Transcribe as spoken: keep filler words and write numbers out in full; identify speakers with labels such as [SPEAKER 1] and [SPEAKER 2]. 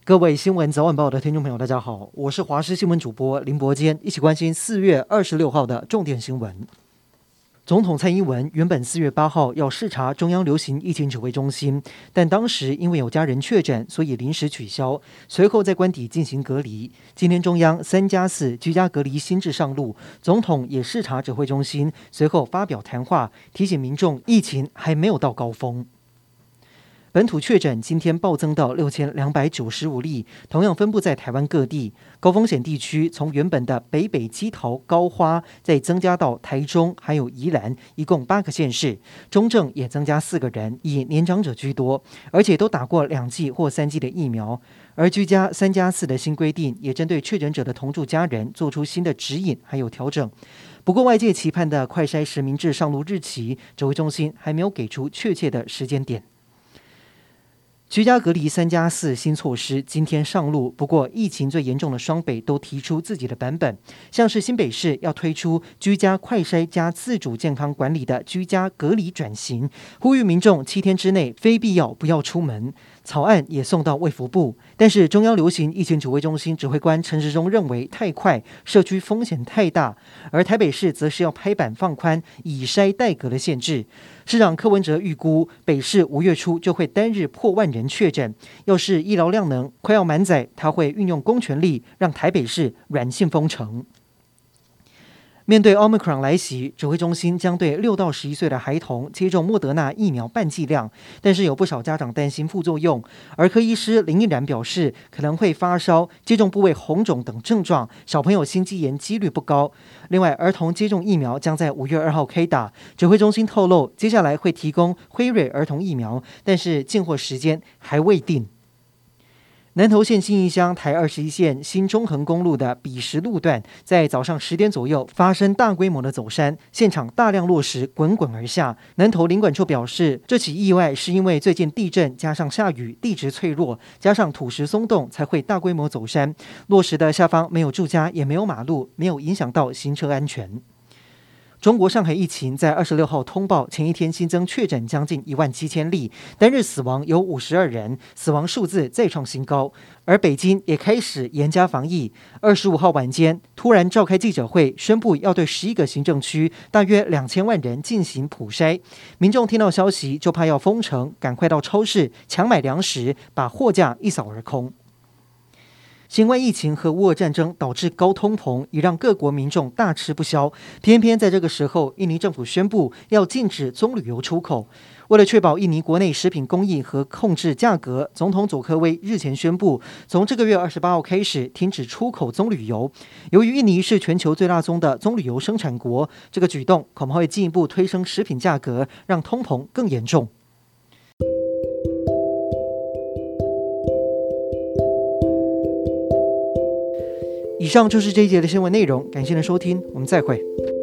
[SPEAKER 1] 各位新闻早晚报的听众朋友，大家好，我是华视新闻主播林伯坚，一起关心四月二十六号的重点新闻。总统蔡英文原本四月八号要视察中央流行疫情指挥中心，但当时因为有家人确诊，所以临时取消，随后在官邸进行隔离。今天中央三加四居家隔离新制上路，总统也视察指挥中心，随后发表谈话，提醒民众疫情还没有到高峰。本土确诊今天暴增到六千两百九十五例，同样分布在台湾各地。高风险地区从原本的北北基桃、高花，再增加到台中，还有宜兰，一共八个县市。中正也增加四个人，以年长者居多，而且都打过两剂或三剂的疫苗。而居家三加四的新规定，也针对确诊者的同住家人做出新的指引，还有调整。不过，外界期盼的快筛实名制上路日期，指挥中心还没有给出确切的时间点。居家隔离三加四新措施今天上路，不过疫情最严重的双北都提出自己的版本，像是新北市要推出居家快筛加自主健康管理的居家隔离转型，呼吁民众七天之内非必要不要出门。草案也送到卫福部，但是中央流行疫情指挥中心指挥官陈时中认为太快，社区风险太大，而台北市则是要拍板放宽以筛代隔的限制。市长柯文哲预估北市五月初就会单日破万人确诊，要是医疗量能快要满载，他会运用公权力让台北市软性封城。面对 Omicron 来袭，指挥中心将对六到十一岁的孩童接种莫德纳疫苗半剂量，但是有不少家长担心副作用。儿科医师林奕然表示，可能会发烧、接种部位红肿等症状，小朋友心肌炎几率不高。另外，儿童接种疫苗将在五月二号开打。指挥中心透露，接下来会提供辉瑞儿童疫苗，但是进货时间还未定。南投县信义乡台二十一线新中横公路的彼石路段，在早上十点左右发生大规模的走山，现场大量落石滚滚而下。南投林管处表示，这起意外是因为最近地震加上下雨，地质脆弱，加上土石松动，才会大规模走山。落石的下方没有住家，也没有马路，没有影响到行车安全。中国上海疫情在二十六号通报，前一天新增确诊将近一万七千例，单日死亡有五十二人，死亡数字再创新高。而北京也开始严加防疫，二十五号晚间突然召开记者会，宣布要对十一个行政区大约两千万人进行普筛。民众听到消息就怕要封城，赶快到超市抢买粮食，把货架一扫而空。新冠疫情和乌俄战争导致高通膨，也让各国民众大吃不消。偏偏在这个时候，印尼政府宣布要禁止棕榈油出口。为了确保印尼国内食品供应和控制价格，总统佐科威日前宣布，从这个月二十八号开始停止出口棕榈油。由于印尼是全球最大宗的棕榈油生产国，这个举动恐怕会进一步推升食品价格，让通膨更严重。以上就是这一节的新闻内容，感谢您的收听，我们再会。